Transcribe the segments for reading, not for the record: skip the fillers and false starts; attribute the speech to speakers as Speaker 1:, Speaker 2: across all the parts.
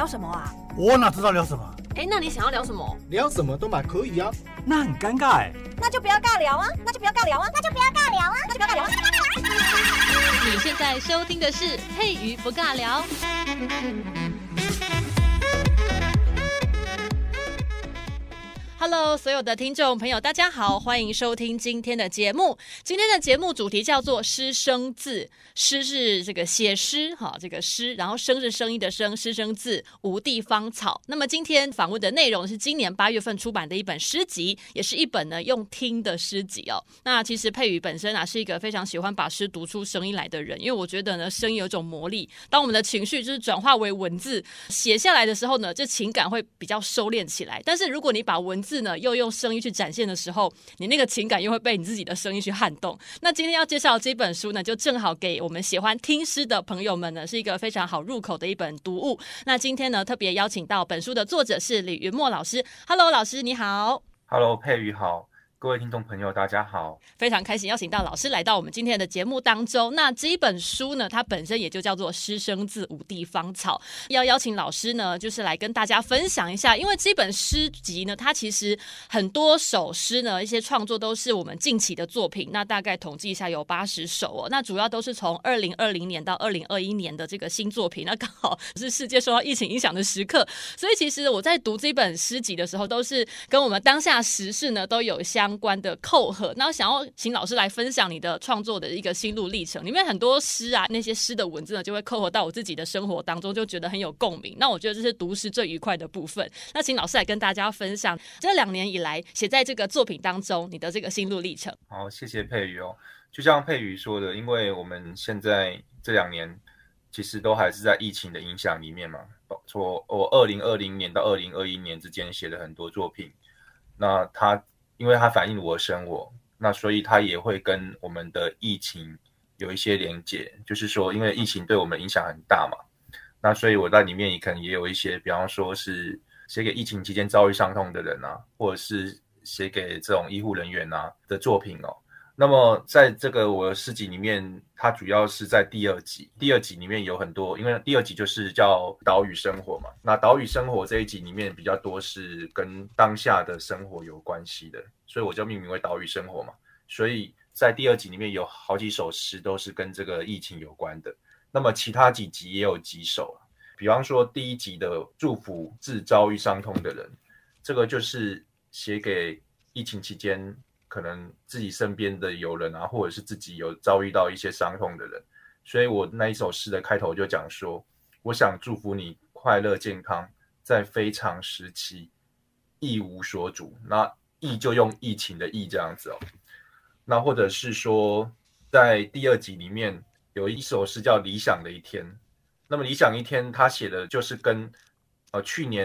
Speaker 1: 聊什么啊？
Speaker 2: 我哪知道聊什么？
Speaker 1: 那你想要聊什么？
Speaker 3: 聊什么都嘛可以啊。
Speaker 2: 那很尴尬哎。
Speaker 1: 那就不要尬聊啊！那就不要尬聊啊！那就不要尬聊啊！那就不要尬聊啊！
Speaker 4: 你现在收听的是佩瑜不尬聊。Hello， 所有的听众朋友，大家好，欢迎收听今天的节目。今天的节目主题叫做师生字，诗是这个写诗哈，这个诗，然后生是生意的生，师生字，无地芳草。那么今天访问的内容是今年8月份出版的一本诗集，也是一本呢用听的诗集哦。那其实佩瑜本身是一个非常喜欢把诗读出声音来的人，因为我觉得呢声音有一种魔力，当我们的情绪就是转化为文字写下来的时候呢，这情感会比较收敛起来。但是如果你把文字呢又用声音去展现的时候，你那个情感又会被你自己的声音去撼动。那今天要介绍这本书呢，就正好给我们喜欢听诗的朋友们呢，是一个非常好入口的一本读物。那今天呢，特别邀请到本书的作者是李云墨老师。Hello， 老师你好。
Speaker 5: Hello， 佩瑜好。各位听众朋友大家好，
Speaker 4: 非常开心邀请到老师来到我们今天的节目当中。那这一本书呢，它本身也就叫做师生字，无地芳草。要邀请老师呢，就是来跟大家分享一下，因为这本诗集呢，它其实很多首诗呢，一些创作都是我们近期的作品，那大概统计一下有80首哦。那主要都是从2020年到2021年的这个新作品，那刚好是世界受到疫情影响的时刻，所以其实我在读这本诗集的时候，都是跟我们当下时事呢都有相关的扣合，然后想要请老师来分享你的创作的一个心路历程。里面很多诗啊，那些诗的文字呢，就会扣合到我自己的生活当中，就觉得很有共鸣。那我觉得这是读诗最愉快的部分。那请老师来跟大家分享这2年以来写在这个作品当中你的这个心路历程。
Speaker 5: 好，谢谢佩瑜哦。就像佩瑜说的，因为我们现在这2年其实都还是在疫情的影响里面嘛。我2020年到2021年之间写了很多作品，那因为它反映我的生活，那所以它也会跟我们的疫情有一些连结，就是说因为疫情对我们影响很大嘛，那所以我在里面也可能也有一些，比方说是写给疫情期间遭遇伤痛的人啊，或者是写给这种医护人员啊的作品哦。那么在这个我的诗集里面，它主要是在第二集里面有很多，因为第2集就是叫岛屿生活嘛，那岛屿生活这一集里面比较多是跟当下的生活有关系的，所以我就命名为岛屿生活嘛。所以在第2集里面有好几首诗都是跟这个疫情有关的，那么其他几集也有几首，比方说第1集的祝福致遭遇伤痛的人，这个就是写给疫情期间可能自己身边的友人啊，或者是自己有遭遇到一些伤痛的人，所以我那一首诗的开头就讲说，我想祝福你快乐健康，在非常时期疫无所阻，那疫就用疫情的疫这样子哦。那或者是说在第2集里面有一首诗叫理想的一天，那么理想一天他写的就是跟去年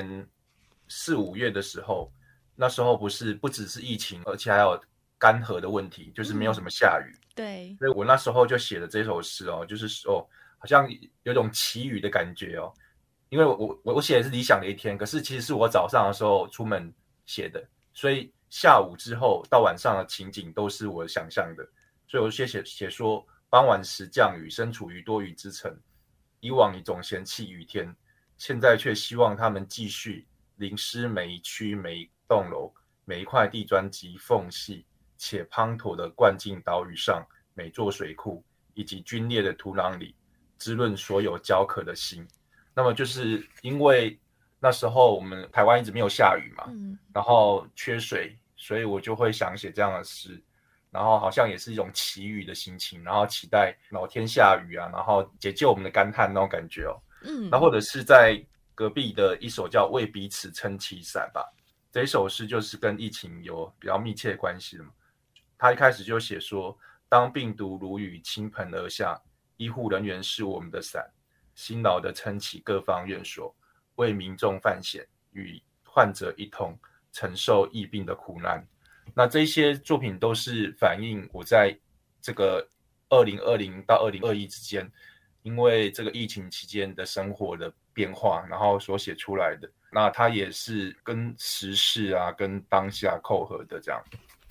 Speaker 5: 4、5月的时候，那时候不只是疫情，而且还有干涸的问题，就是没有什么下雨。
Speaker 4: 对，
Speaker 5: 所以我那时候就写了这首诗哦，就是好像有种祈雨的感觉哦。因为我写的是理想的一天，可是其实是我早上的时候出门写的，所以下午之后到晚上的情景都是我想象的。所以我写说，傍晚时降雨，身处于多雨之城，以往你总嫌弃雨天，现在却希望他们继续淋湿每一区每一栋楼，每一块地砖及缝隙，且滂沱的灌进岛屿上每座水库，以及皲裂的土壤里，滋润所有焦渴的心。那么就是因为那时候我们台湾一直没有下雨嘛，然后缺水，所以我就会想写这样的诗，然后好像也是一种祈雨的心情，然后期待老天下雨啊，然后解救我们的干旱那种感觉哦。那或者是在隔壁的一首叫为彼此撑起伞吧，这一首诗就是跟疫情有比较密切的关系的嘛。他一开始就写说，当病毒如雨倾盆而下，医护人员是我们的伞，辛劳地撑起各方院所，为民众犯险，与患者一同承受疫病的苦难。那这些作品都是反映我在这个2020到2021之间，因为这个疫情期间的生活的变化，然后所写出来的。那它也是跟时事啊，跟当下扣合的这样。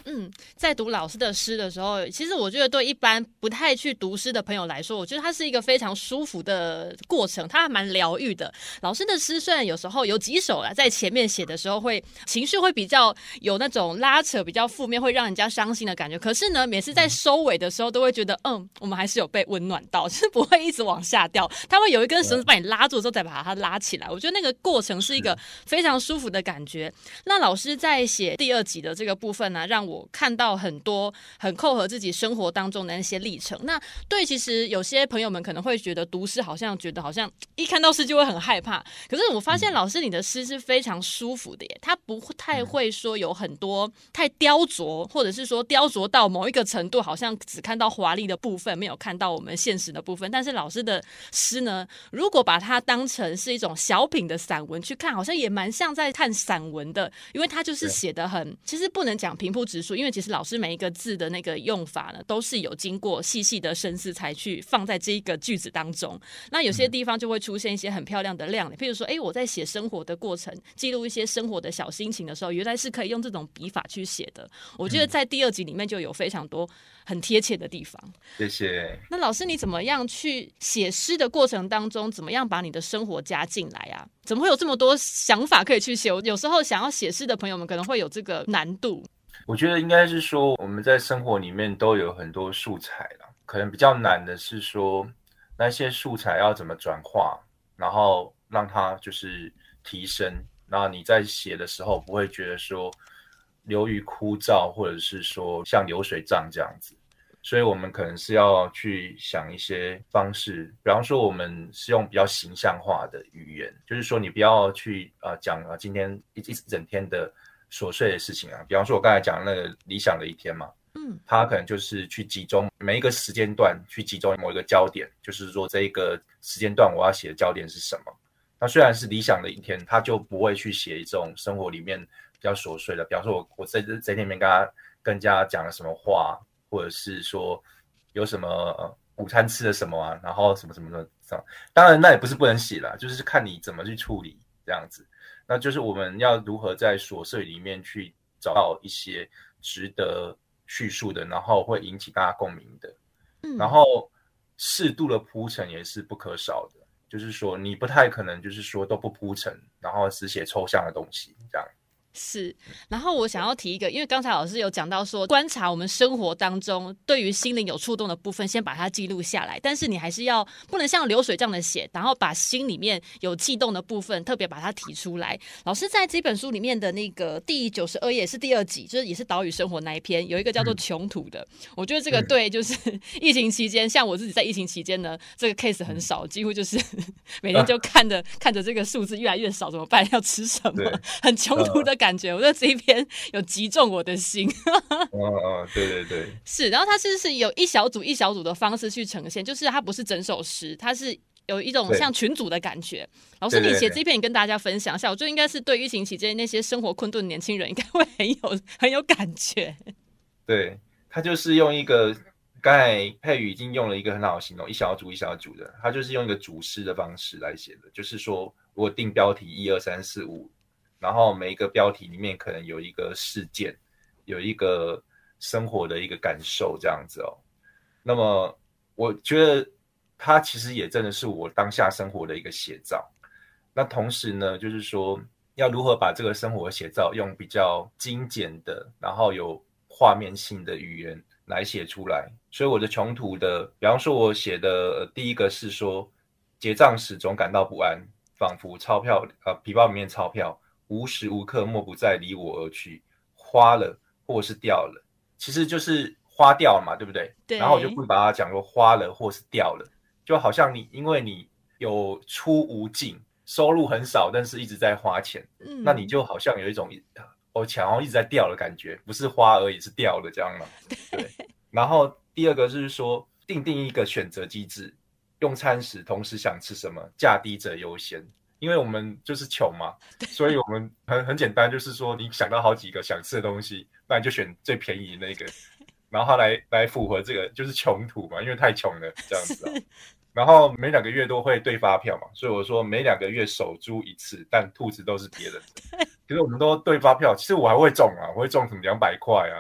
Speaker 4: 在读老师的诗的时候，其实我觉得对一般不太去读诗的朋友来说，我觉得它是一个非常舒服的过程，它还蛮疗愈的。老师的诗虽然有时候有几首在前面写的时候会情绪会比较有那种拉扯，比较负面，会让人家伤心的感觉，可是呢，每次在收尾的时候都会觉得我们还是有被温暖到，就是不会一直往下掉，它会有一根绳子把你拉住之后再把它拉起来。我觉得那个过程是一个非常舒服的感觉。那老师在写第2集的这个部分呢，让我看到很多很扣合自己生活当中的那些历程。那对，其实有些朋友们可能会觉得读诗好像一看到诗就会很害怕，可是我发现老师你的诗是非常舒服的耶，他不太会说有很多太雕琢，或者是说雕琢到某一个程度，好像只看到华丽的部分，没有看到我们现实的部分。但是老师的诗呢，如果把它当成是一种小品的散文去看，好像也蛮像在看散文的，因为他就是写得很，其实不能讲平铺直述，因为其实老师每一个字的那个用法呢，都是有经过细细的深思才去放在这一个句子当中。那有些地方就会出现一些很漂亮的亮点，譬如说我在写生活的过程，记录一些生活的小心情的时候，原来是可以用这种笔法去写的。我觉得在第2集里面就有非常多很贴切的地方。
Speaker 5: 谢谢。
Speaker 4: 那老师你怎么样去写诗的过程当中，怎么样把你的生活加进来啊？怎么会有这么多想法可以去写？有时候想要写诗的朋友们可能会有这个难度。
Speaker 5: 我觉得应该是说我们在生活里面都有很多素材啦，可能比较难的是说那些素材要怎么转化，然后让它就是提升，然后你在写的时候不会觉得说流于枯燥，或者是说像流水账这样子。所以我们可能是要去想一些方式，比方说我们是用比较形象化的语言，就是说你不要去讲今天一整天的琐碎的事情啊，比方说我刚才讲那个理想的一天嘛，他可能就是去集中每一个时间段，去集中某一个焦点，就是说这一个时间段我要写的焦点是什么。那虽然是理想的一天，他就不会去写一种生活里面比较琐碎的，比方说我在这一天里面跟人家讲了什么话，或者是说有什么午餐吃了什么啊，然后什么什么的，当然那也不是不能写啦，就是看你怎么去处理这样子。那就是我们要如何在琐碎里面去找到一些值得叙述的，然后会引起大家共鸣的，然后适度的铺陈也是不可少的，就是说你不太可能就是说都不铺陈，然后只写抽象的东西这样。
Speaker 4: 是，然后我想要提一个，因为刚才老师有讲到说，观察我们生活当中对于心灵有触动的部分，先把它记录下来，但是你还是要不能像流水这样的写，然后把心里面有悸动的部分特别把它提出来。老师在这本书里面的那个第92页是第2集，就是也是岛屿生活那一篇，有一个叫做穷途的，我觉得这个对，就是疫情期间，像我自己在疫情期间呢，这个 case 很少，几乎就是每天就看着这个数字越来越少，怎么办？要吃什么？很穷途的感觉，我觉得这一篇有击中我的心。
Speaker 5: 对对对，
Speaker 4: 是，然后它是有一小组一小组的方式去呈现，就是它不是整首诗，它是有一种像群组的感觉。老师，你写这篇，你跟大家分享一下，我觉得应该是对疫情期间那些生活困顿的年轻人，应该会很有感觉。
Speaker 5: 对，他就是用一个刚才佩宇已经用了一个很好的形容，一小组一小组的，他就是用一个组诗的方式来写的，就是说我定标题1、2、3、4、5。然后每一个标题里面可能有一个事件，有一个生活的一个感受这样子哦。那么我觉得它其实也真的是我当下生活的一个写照。那同时呢，就是说要如何把这个生活写照用比较精简的，然后有画面性的语言来写出来。所以我的穷途的，比方说我写的第一个是说，结账时总感到不安，仿佛皮包里面钞票无时无刻莫不在离我而去，花了或是掉了，其实就是花掉了嘛，对不对？
Speaker 4: 对。
Speaker 5: 然后我就不把它讲说花了或是掉了，就好像因为你有出无尽，收入很少，但是一直在花钱，那你就好像有一种钱好像一直在掉的感觉，不是花而已，是掉了这样嘛。对。然后第二个就是说，定一个选择机制，用餐时同时想吃什么，价低者优先。因为我们就是穷嘛，所以我们很简单，就是说你想到好几个想吃的东西，不然就选最便宜的那个，然后它来符合这个就是穷途嘛，因为太穷了这样子然后每2个月都会对发票嘛，所以我说每2个月守株一次，但兔子都是别人的。其实我们都对发票，其实我还会中啊，我会中什么200块啊，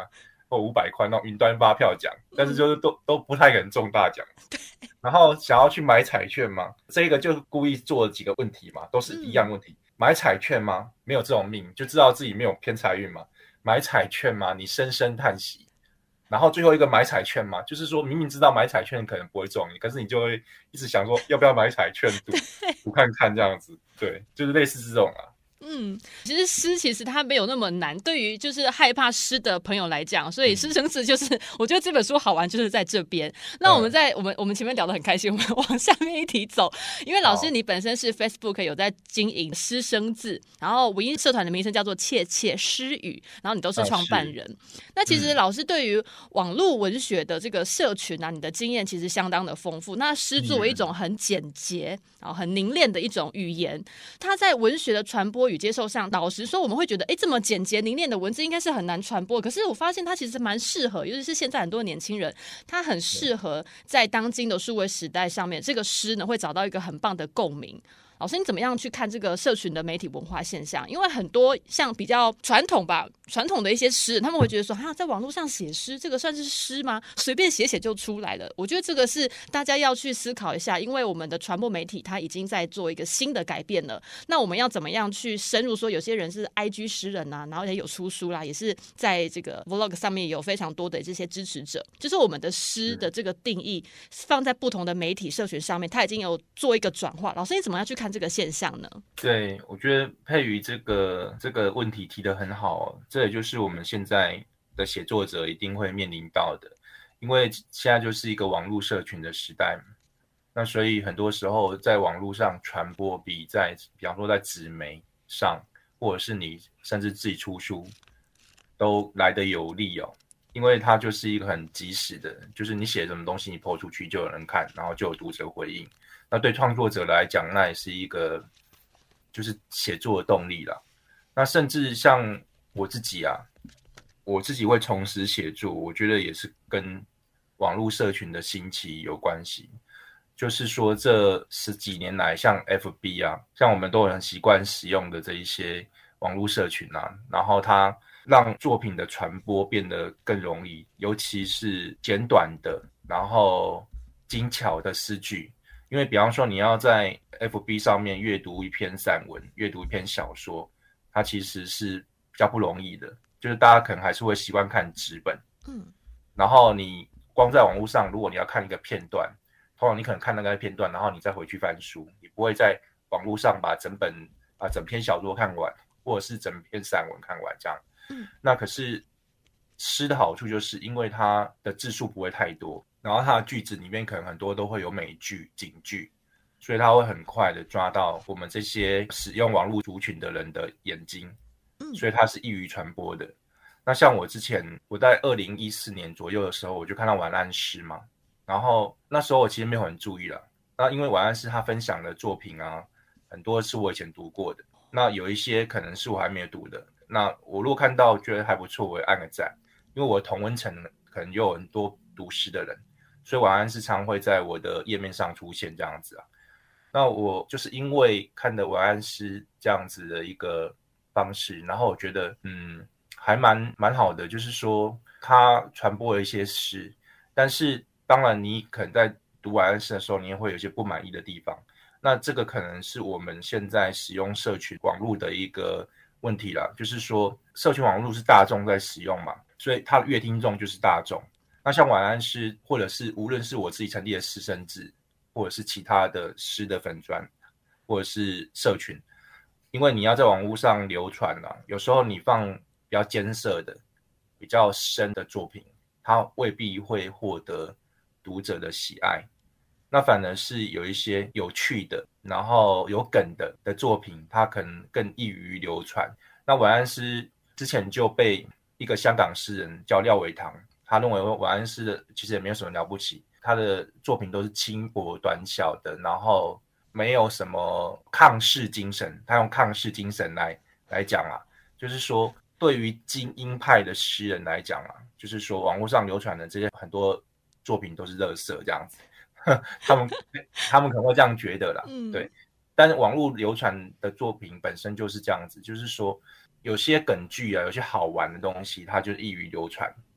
Speaker 5: 或500块那种云端发票奖，但是就是都不太可能中大奖。然后想要去买彩券吗？这个就故意做了几个问题嘛，都是一样问题。买彩券吗？没有这种命，就知道自己没有偏财运嘛。买彩券吗？你深深叹息。然后最后一个买彩券嘛，就是说明明知道买彩券可能不会中你，可是你就会一直想说要不要买彩券赌看看这样子。对，就是类似这种啊。
Speaker 4: 其实诗其实它没有那么难，对于就是害怕诗的朋友来讲，所以诗生字就是我觉得这本书好玩就是在这边。那我们我们前面聊得很开心，我们往下面一题走，因为老师你本身是 Facebook 有在经营诗生字，然后唯一社团的名称叫做切切诗语，然后你都是创办人。那其实老师对于网络文学的这个社群啊，你的经验其实相当的丰富。那诗作为一种很简洁然后很凝练的一种语言，它在文学的传播与接受上，老实说我们会觉得这么简洁凝练的文字应该是很难传播，可是我发现它其实蛮适合，尤其是现在很多年轻人，它很适合在当今的数位时代上面，这个诗呢会找到一个很棒的共鸣。老师，你怎么样去看这个社群的媒体文化现象？因为很多像比较传统的一些诗人，他们会觉得说，在网络上写诗，这个算是诗吗？随便写写就出来了。我觉得这个是大家要去思考一下，因为我们的传播媒体它已经在做一个新的改变了。那我们要怎么样去深入说，有些人是 IG 诗人啊，然后也有出书啦，也是在这个 Vlog 上面有非常多的这些支持者。就是我们的诗的这个定义放在不同的媒体社群上面，它已经有做一个转化。老师，你怎么样去看这个现象呢？
Speaker 5: 对，我觉得佩瑜这个问题提得很好，这也就是我们现在的写作者一定会面临到的，因为现在就是一个网络社群的时代，那所以很多时候在网络上传播比方说在纸媒上，或者是你甚至自己出书，都来得有利哦，因为它就是一个很及时的，就是你写什么东西你 po 出去就有人看，然后就有读者回应。那对创作者来讲，那也是一个就是写作的动力啦。那甚至像我自己会重拾写作，我觉得也是跟网络社群的兴起有关系。就是说这10几年来，像 FB 啊，像我们都很习惯使用的这一些网络社群啊，然后它让作品的传播变得更容易，尤其是简短的，然后精巧的诗句。因为比方说你要在 FB 上面阅读一篇散文，阅读一篇小说，它其实是比较不容易的，就是大家可能还是会习惯看纸本，然后你光在网络上，如果你要看一个片段，通常你可能看那个片段，然后你再回去翻书，你不会在网络上把整篇小说看完，或者是整篇散文看完这样。那可是诗的好处就是因为它的字数不会太多，然后它的句子里面可能很多都会有美句、警句，所以它会很快的抓到我们这些使用网络族群的人的眼睛，所以它是易于传播的。那像我在2014年左右的时候，我就看到晚安诗嘛，然后那时候我其实没有很注意啦。那因为晚安诗他分享的作品啊，很多是我以前读过的，那有一些可能是我还没有读的。那我如果看到觉得还不错，我会按个赞，因为我同温层可能有很多读诗的人，所以晚安诗常会在我的页面上出现这样子啊。那我就是因为看的晚安诗这样子的一个方式，然后我觉得还蛮好的，就是说它传播了一些诗，但是当然你可能在读晚安诗的时候，你也会有一些不满意的地方。那这个可能是我们现在使用社群网络的一个问题啦，就是说社群网络是大众在使用嘛，所以它的阅听众就是大众。那像晚安诗，或者是无论是我自己成立的诗生志，或者是其他的诗的粉专，或者是社群，因为你要在网络上流传啦，有时候你放比较艰涩的、比较深的作品，它未必会获得读者的喜爱。那反而是有一些有趣的，然后有梗的作品，它可能更易于流传。那晚安诗之前就被一个香港诗人叫廖伟棠，他认为晚安诗的其实也没有什么了不起，他的作品都是轻薄短小的，然后没有什么抗世精神。他用抗世精神来讲啊，就是说对于精英派的诗人来讲啊，就是说网络上流传的这些很多作品都是垃圾这样子。他们可能会这样觉得啦，对。但是网络流传的作品本身就是这样子，就是说有些梗句啊，有些好玩的东西，它就易于流传。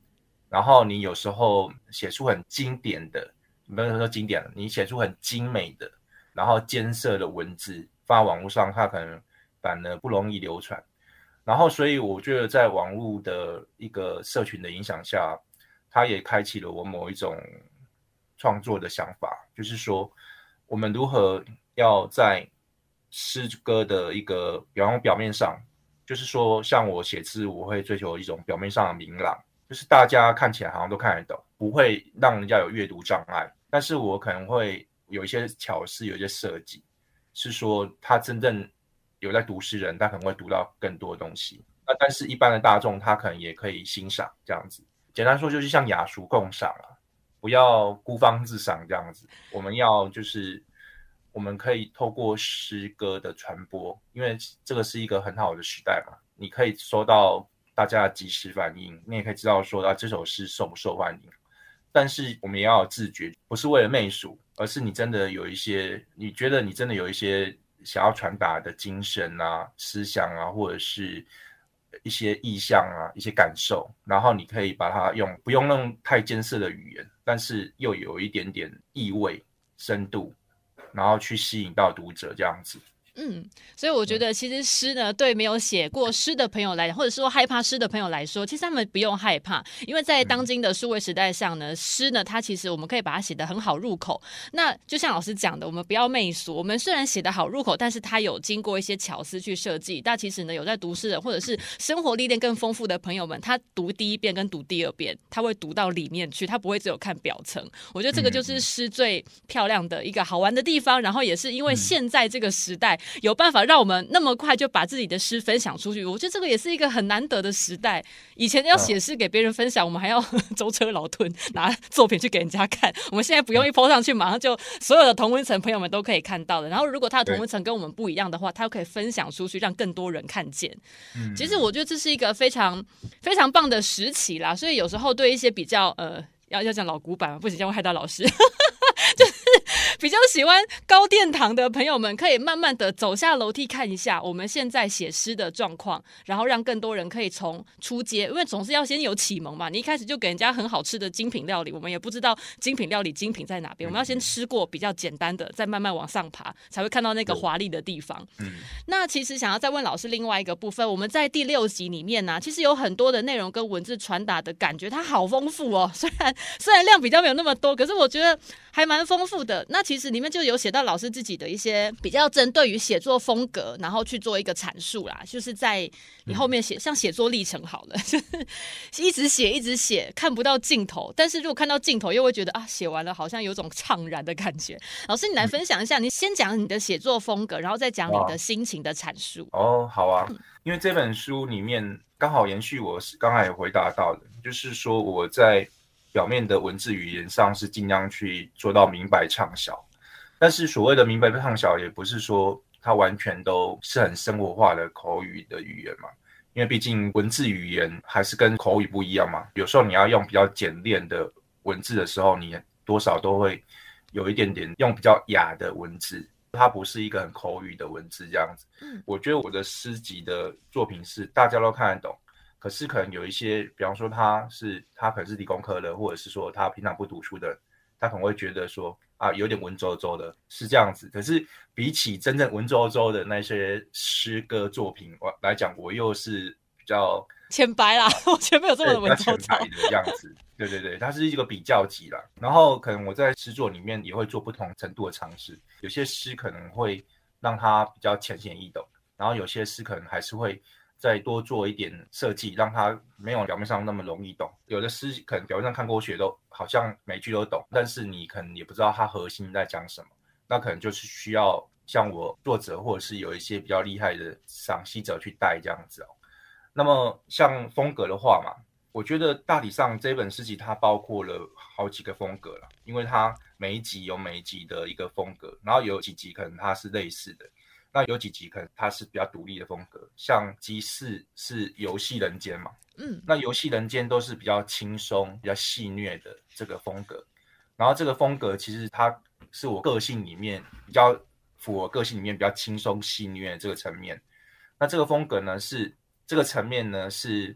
Speaker 5: 然后你有时候写出很经典的，不是说经典的，你写出很精美的，然后艰涩的文字放在网络上，它可能反而不容易流传。然后所以我觉得在网络的一个社群的影响下，它也开启了我某一种创作的想法，就是说我们如何要在诗歌的一个表面上，就是说像我写字，我会追求一种表面上的明朗，就是大家看起来好像都看得懂，不会让人家有阅读障碍。但是我可能会有一些巧思，有一些设计，是说他真正有在读诗人，他可能会读到更多的东西。那但是一般的大众，他可能也可以欣赏这样子。简单说就是像雅俗共赏啊，不要孤芳自赏这样子。我们要就是我们可以透过诗歌的传播，因为这个是一个很好的时代嘛，你可以收到大家的即时反应，你也可以知道说这首诗受不受欢迎。但是我们也要有自觉，不是为了媚俗，而是你真的有一些，你觉得你真的有一些想要传达的精神啊、思想啊，或者是一些意象啊、一些感受，然后你可以把它不用用太艰涩的语言，但是又有一点点意味、深度，然后去吸引到读者这样子。
Speaker 4: 所以我觉得其实诗呢，对没有写过诗的朋友来，或者说害怕诗的朋友来说，其实他们不用害怕，因为在当今的数位时代上呢，诗呢，它其实我们可以把它写得很好入口。那就像老师讲的，我们不要媚俗，我们虽然写得好入口，但是它有经过一些巧思去设计。但其实呢，有在读诗的或者是生活历练更丰富的朋友们，他读第一遍跟读第二遍，他会读到里面去，他不会只有看表层。我觉得这个就是诗最漂亮的一个好玩的地方，然后也是因为现在这个时代有办法让我们那么快就把自己的诗分享出去，我觉得这个也是一个很难得的时代。以前要写诗给别人分享，我们还要舟车劳顿拿作品去给人家看，我们现在不用一 po 上去，马上就所有的同温层朋友们都可以看到的。然后如果他的同温层跟我们不一样的话，他又可以分享出去，让更多人看见。其实我觉得这是一个非常非常棒的时期啦，所以有时候对一些比较要讲老古板，不行，这样会害到老师。就是比较喜欢高殿堂的朋友们，可以慢慢的走下楼梯看一下我们现在写诗的状况，然后让更多人可以从初阶，因为总是要先有启蒙嘛。你一开始就给人家很好吃的精品料理，我们也不知道精品料理精品在哪边，我们要先吃过比较简单的，再慢慢往上爬，才会看到那个华丽的地方。那其实想要再问老师另外一个部分，我们在第6集里面呢，其实有很多的内容跟文字传达的感觉，它好丰富哦。虽然量比较没有那么多，可是我觉得还蛮丰富的。那其实里面就有写到老师自己的一些比较针对于写作风格，然后去做一个阐述啦。就是在你后面写，像写作历程好了，就是一直写，看不到尽头。但是如果看到尽头，又会觉得写完了好像有种怅然的感觉。老师，你来分享一下，你先讲你的写作风格，然后再讲你的心情的阐述。
Speaker 5: 好啊，因为这本书里面刚好延续我刚才有回答到的，就是说我在表面的文字语言上是尽量去做到明白畅晓，但是所谓的明白畅晓也不是说它完全都是很生活化的口语的语言嘛，因为毕竟文字语言还是跟口语不一样嘛，有时候你要用比较简练的文字的时候，你多少都会有一点点用比较雅的文字，它不是一个很口语的文字这样子。我觉得我的诗集的作品是大家都看得懂，可是可能有一些，比方说他可能是理工科的，或者是说他平常不读书的，他可能会觉得说有点文绉绉的，是这样子。可是比起真正文绉绉的那些诗歌作品来讲，我又是比较
Speaker 4: 浅白啦，我觉得没有这么的文绉绉
Speaker 5: 的样子。对，它是一个比较级啦。然后可能我在诗作里面也会做不同程度的尝试，有些诗可能会让它比较浅显易懂，然后有些诗可能还是会再多做一点设计，让它没有表面上那么容易懂。有的诗可能表面上看过去都好像每句都懂，但是你可能也不知道它核心在讲什么，那可能就是需要像我作者或者是有一些比较厉害的赏析者去带这样子哦。那么像风格的话嘛，我觉得大体上这本诗集它包括了好几个风格了，因为它每一集有每一集的一个风格，然后有几集可能它是类似的，那有几集可能它是比较独立的风格，像集4是游戏人间嘛，那游戏人间都是比较轻松比较戏谑的这个风格，然后这个风格其实它是我个性里面比较符合个性里面比较轻松戏谑的这个层面。那这个风格呢，是这个层面呢，是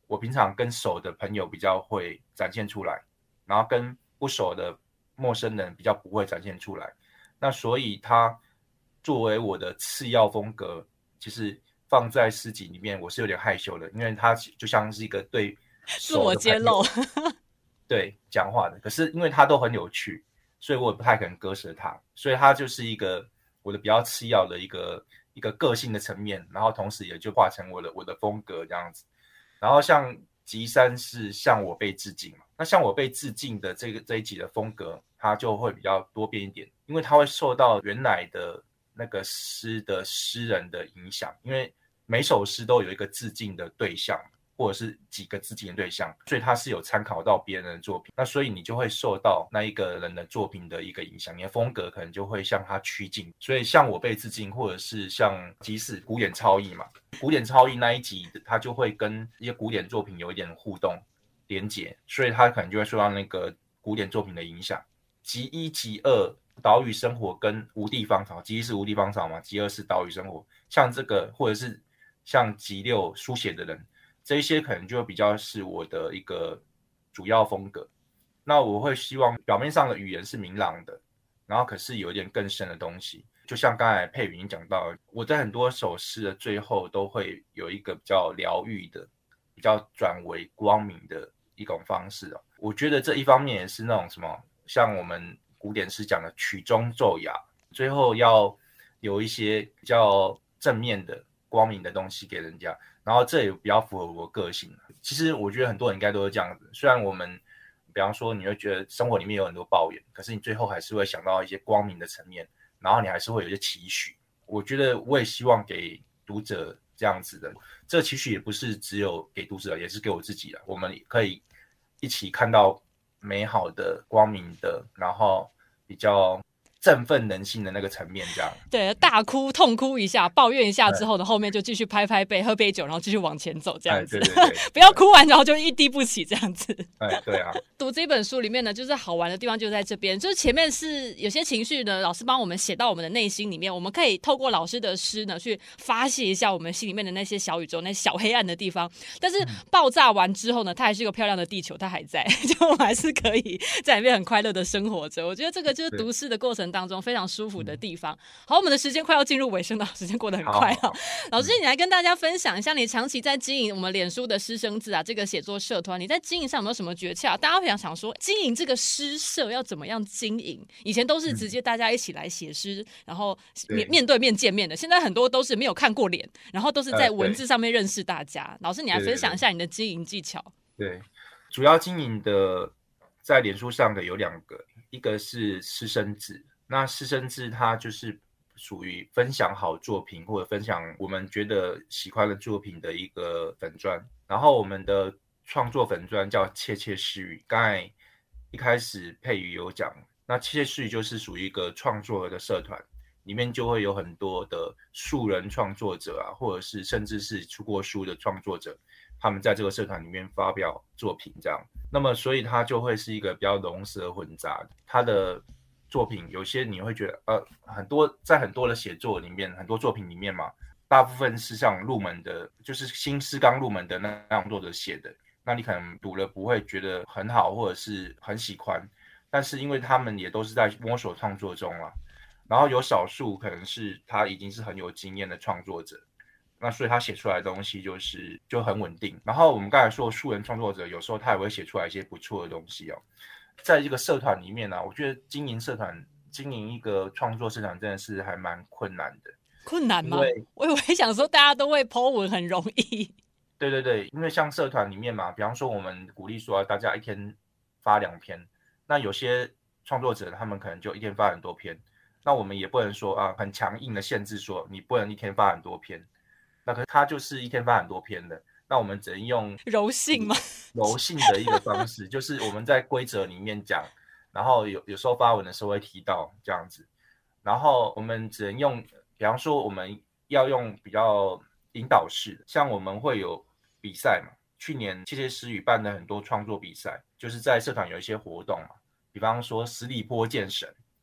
Speaker 5: 我平常跟熟的朋友比较会展现出来，然后跟不熟的陌生人比较不会展现出来。那所以它作为我的次要风格，其实放在诗集里面我是有点害羞的，因为它就像是一个对
Speaker 4: 自我揭露
Speaker 5: 对讲话的，可是因为它都很有趣，所以我也不太可能割舍它，所以它就是一个我的比较次要的一个个性的层面，然后同时也就化成我的风格这样子。然后像集三是向我被致敬嘛，那向我被致敬的这一集的风格，它就会比较多变一点，因为它会受到原来的那个诗的诗人的影响，因为每首诗都有一个致敬的对象，或者是几个致敬的对象，所以它是有参考到别人的作品，那所以你就会受到那一个人的作品的一个影响，你的风格可能就会向他趋近。所以像我被致敬，或者是像即使古典超译嘛，古典超译那一集它就会跟一些古典作品有一点互动连结，所以它可能就会受到那个古典作品的影响。集一集二岛屿生活跟无地芳草，集一是无地芳草嘛，集二是岛屿生活，像这个或者是像集六书写的人，这一些可能就比较是我的一个主要风格。那我会希望表面上的语言是明朗的，然后可是有一点更深的东西，就像刚才佩宇已经讲到，我在很多首诗的最后都会有一个比较疗愈的，比较转为光明的一种方式哦。我觉得这一方面也是那种什么，像我们古典诗讲的曲中骤雅，最后要有一些比较正面的光明的东西给人家，然后这也比较符合我个性。其实我觉得很多人应该都是这样子，虽然我们比方说你会觉得生活里面有很多抱怨，可是你最后还是会想到一些光明的层面，然后你还是会有一些期许。我觉得我也希望给读者这样子的，这期许也不是只有给读者，也是给我自己的，我们可以一起看到美好的光明的，然后比较振奋人心的那个层面，这样。
Speaker 4: 对，大哭痛哭一下，抱怨一下之后呢，后面就继续拍拍背，喝杯酒，然后继续往前走，这样子。
Speaker 5: 对对对
Speaker 4: 不要哭完然后就一滴不起这样子。
Speaker 5: 对啊。
Speaker 4: 读这本书里面呢，就是好玩的地方就在这边，就是前面是有些情绪呢，老师帮我们写到我们的内心里面，我们可以透过老师的诗呢，去发泄一下我们心里面的那些小宇宙、那些小黑暗的地方。但是爆炸完之后呢，它还是一个漂亮的地球，它还在，就我们还是可以在里面很快乐的生活着。我觉得这个就是读诗的过程当中非常舒服的地方。好，我们的时间快要进入尾声了，时间过得很快啊。老师，你来跟大家分享一下，你长期在经营我们脸书的诗生字啊这个写作社团，你在经营上有没有什么诀窍？大家会想说，经营这个诗社要怎么样经营？以前都是直接大家一起来写诗，然后面对面见面的，现在很多都是没有看过脸，然后都是在文字上面认识大家。老师，你来分享一下你的经营技巧。
Speaker 5: 对，主要经营的在脸书上的有两个，一个是诗生字，那诗生字它就是属于分享好作品或者分享我们觉得喜欢的作品的一个粉专，然后我们的创作粉专叫窃窃私语，刚才一开始佩瑜有讲，那窃窃私语就是属于一个创作的社团，里面就会有很多的素人创作者啊，或者是甚至是出过书的创作者，他们在这个社团里面发表作品这样，那么所以它就会是一个比较龙蛇混杂的，它的作品有些你会觉得很多在很多的写作里面，很多作品里面嘛，大部分是像入门的，就是新诗刚入门的那样作者写的，那你可能读了不会觉得很好或者是很喜欢，但是因为他们也都是在摸索创作中啊，然后有少数可能是他已经是很有经验的创作者，那所以他写出来的东西就很稳定。然后我们刚才说素人创作者有时候他也会写出来一些不错的东西哦。在这个社团里面呢，我觉得经营一个创作社团真的是还蛮困难的。
Speaker 4: 困难吗？我以为想说大家都会 po 文很容易。
Speaker 5: 对对对，因为像社团里面嘛，比方说我们鼓励说大家一天发2篇，那有些创作者他们可能就一天发很多篇，那我们也不能说很强硬的限制说你不能一天发很多篇，那可是他就是一天发很多篇的，那我们只能用
Speaker 4: 柔性吗？
Speaker 5: 柔性的一个方式，就是我们在规则里面讲，然后有时候发文的时候会提到这样子，然后我们只能用，比方说我们要用比较引导式的，像我们会有比赛嘛，去年窃窃私语办了很多创作比赛，就是在社团有一些活动嘛，比方说十里坡剑神，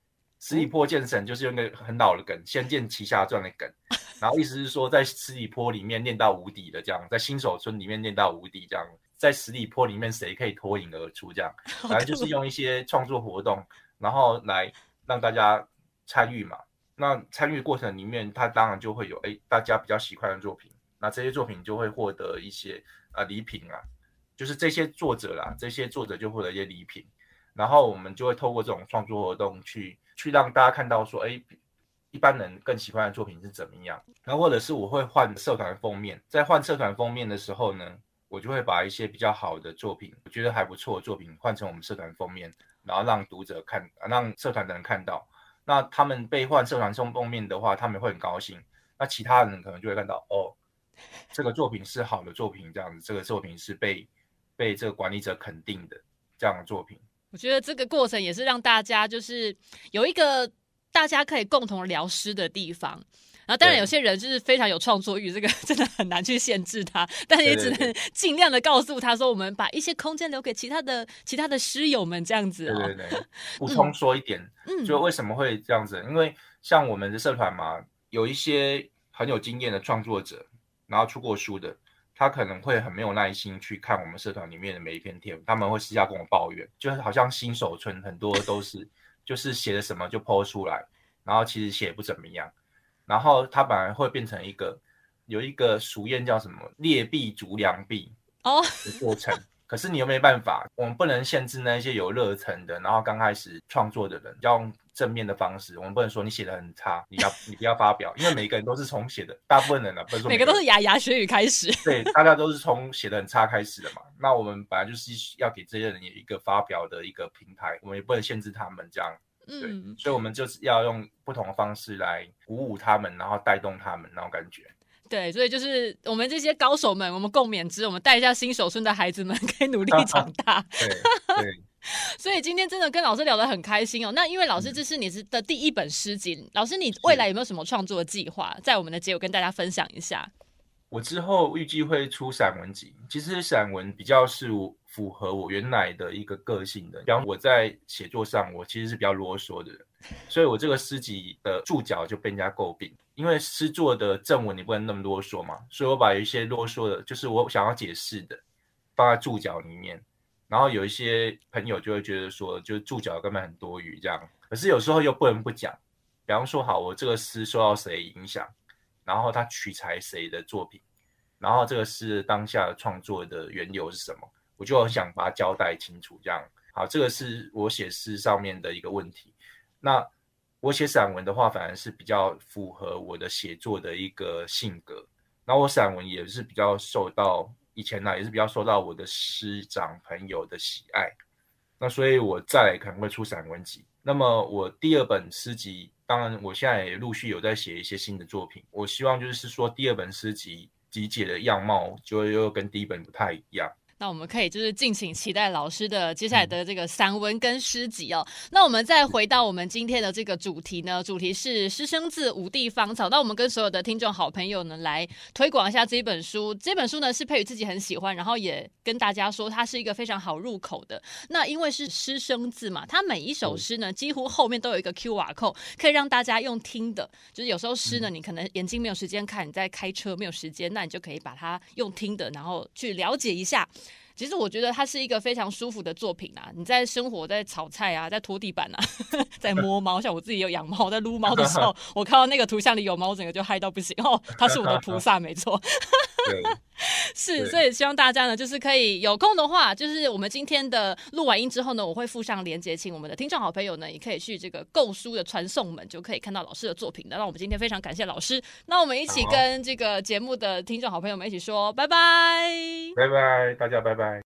Speaker 5: 十里坡剑神就是用一个很老的梗，《仙剑奇侠传》的梗，然后意思是说在十里坡里面练到无敌的这样，在新手村里面练到无敌这样，在十里坡里面谁可以脱颖而出这样，反正就是用一些创作活动，然后来让大家参与嘛。那参与过程里面，它当然就会有大家比较喜欢的作品，那这些作品就会获得一些礼品啊，就是这些作者就获得一些礼品，然后我们就会透过这种创作活动去让大家看到说，一般人更喜欢的作品是怎么样。然后或者是我会换社团封面，在换社团封面的时候呢，我就会把一些比较好的作品，我觉得还不错的作品换成我们社团封面，然后让读者看，让社团的人看到。那他们被换社团封面的话，他们会很高兴。那其他人可能就会看到，这个作品是好的作品，这样子，这个作品是被这个管理者肯定的这样的作品。
Speaker 4: 我觉得这个过程也是让大家就是有一个大家可以共同聊诗的地方。然后当然有些人就是非常有创作欲，这个真的很难去限制他，但也只能尽量的告诉他说，我们把一些空间留给其他的诗友们这样子哦。
Speaker 5: 对，补充说一点，就为什么会这样子？因为像我们的社团嘛，有一些很有经验的创作者，然后出过书的，他可能会很没有耐心去看我们社团里面的每一篇贴文，他们会私下跟我抱怨，就是好像新手村很多都是就是写了什么就 po 出来，然后其实写不怎么样。然后它本来会变成有一个俗谚叫什么劣币逐良币的过程，可是你又没办法，我们不能限制那些有热忱的，然后刚开始创作的人，要用正面的方式，我们不能说你写的很差，你不要发表，因为每个人都是从写的，大部分人不能说
Speaker 4: 每个都是牙牙学语开始，
Speaker 5: 对，大家都是从写的很差开始的嘛。那我们本来就是要给这些人有一个发表的一个平台，我们也不能限制他们这样。对，所以我们就是要用不同的方式来鼓舞他们，然后带动他们那种感觉。
Speaker 4: 对，所以就是我们这些高手们，我们共勉之，我们带一下新手村的孩子们，可以努力长大。
Speaker 5: 对。
Speaker 4: 所以今天真的跟老师聊得很开心哦。那因为老师这是你的第一本诗集，老师你未来有没有什么创作的计划，在我们的节目跟大家分享一下？
Speaker 5: 我之后预计会出散文集，其实散文比较是符合我原来的一个个性的。比方我在写作上，我其实是比较啰嗦的人，所以我这个诗集的注脚就被人家诟病，因为诗作的正文你不能那么啰嗦嘛，所以我把有一些啰嗦的，就是我想要解释的，放在注脚里面。然后有一些朋友就会觉得说，就是注脚根本很多余这样，可是有时候又不能不讲。比方说，好，我这个诗受到谁影响？然后他取材谁的作品，然后这个诗当下的创作的缘由是什么，我就很想把它交代清楚这样。好，这个是我写诗上面的一个问题。那我写散文的话，反而是比较符合我的写作的一个性格。然后我散文也是比较受到以前也是比较受到我的师长朋友的喜爱。那所以我再来可能会出散文集。那么我第二本诗集，当然我现在也陆续有在写一些新的作品。我希望就是说第二本诗集集结的样貌就又跟第一本不太一样。
Speaker 4: 那我们可以就是敬请期待老师的接下来的这个散文跟诗集哦。那我们再回到我们今天的这个主题呢，主题是诗生字五地芳草。那我们跟所有的听众好朋友呢来推广一下这本书。这本书呢是佩宇自己很喜欢，然后也跟大家说它是一个非常好入口的。那因为是诗生字嘛，它每一首诗呢几乎后面都有一个 QR code， 可以让大家用听的。就是有时候诗呢你可能眼睛没有时间看，你在开车没有时间，那你就可以把它用听的，然后去了解一下。其实我觉得它是一个非常舒服的作品啊！你在生活、在炒菜啊、在拖地板啊、在摸猫，像我自己有养猫，在撸猫的时候，我看到那个图像里有猫，整个就嗨到不行哦！它是我的菩萨，没错。
Speaker 5: 对，
Speaker 4: 是，所以希望大家呢，就是可以有空的话，就是我们今天的录完音之后呢，我会附上连结，请我们的听众好朋友呢，也可以去这个购书的传送门，就可以看到老师的作品的。那我们今天非常感谢老师，那我们一起跟这个节目的听众好朋友们一起说拜拜，
Speaker 5: 拜拜，大家拜拜。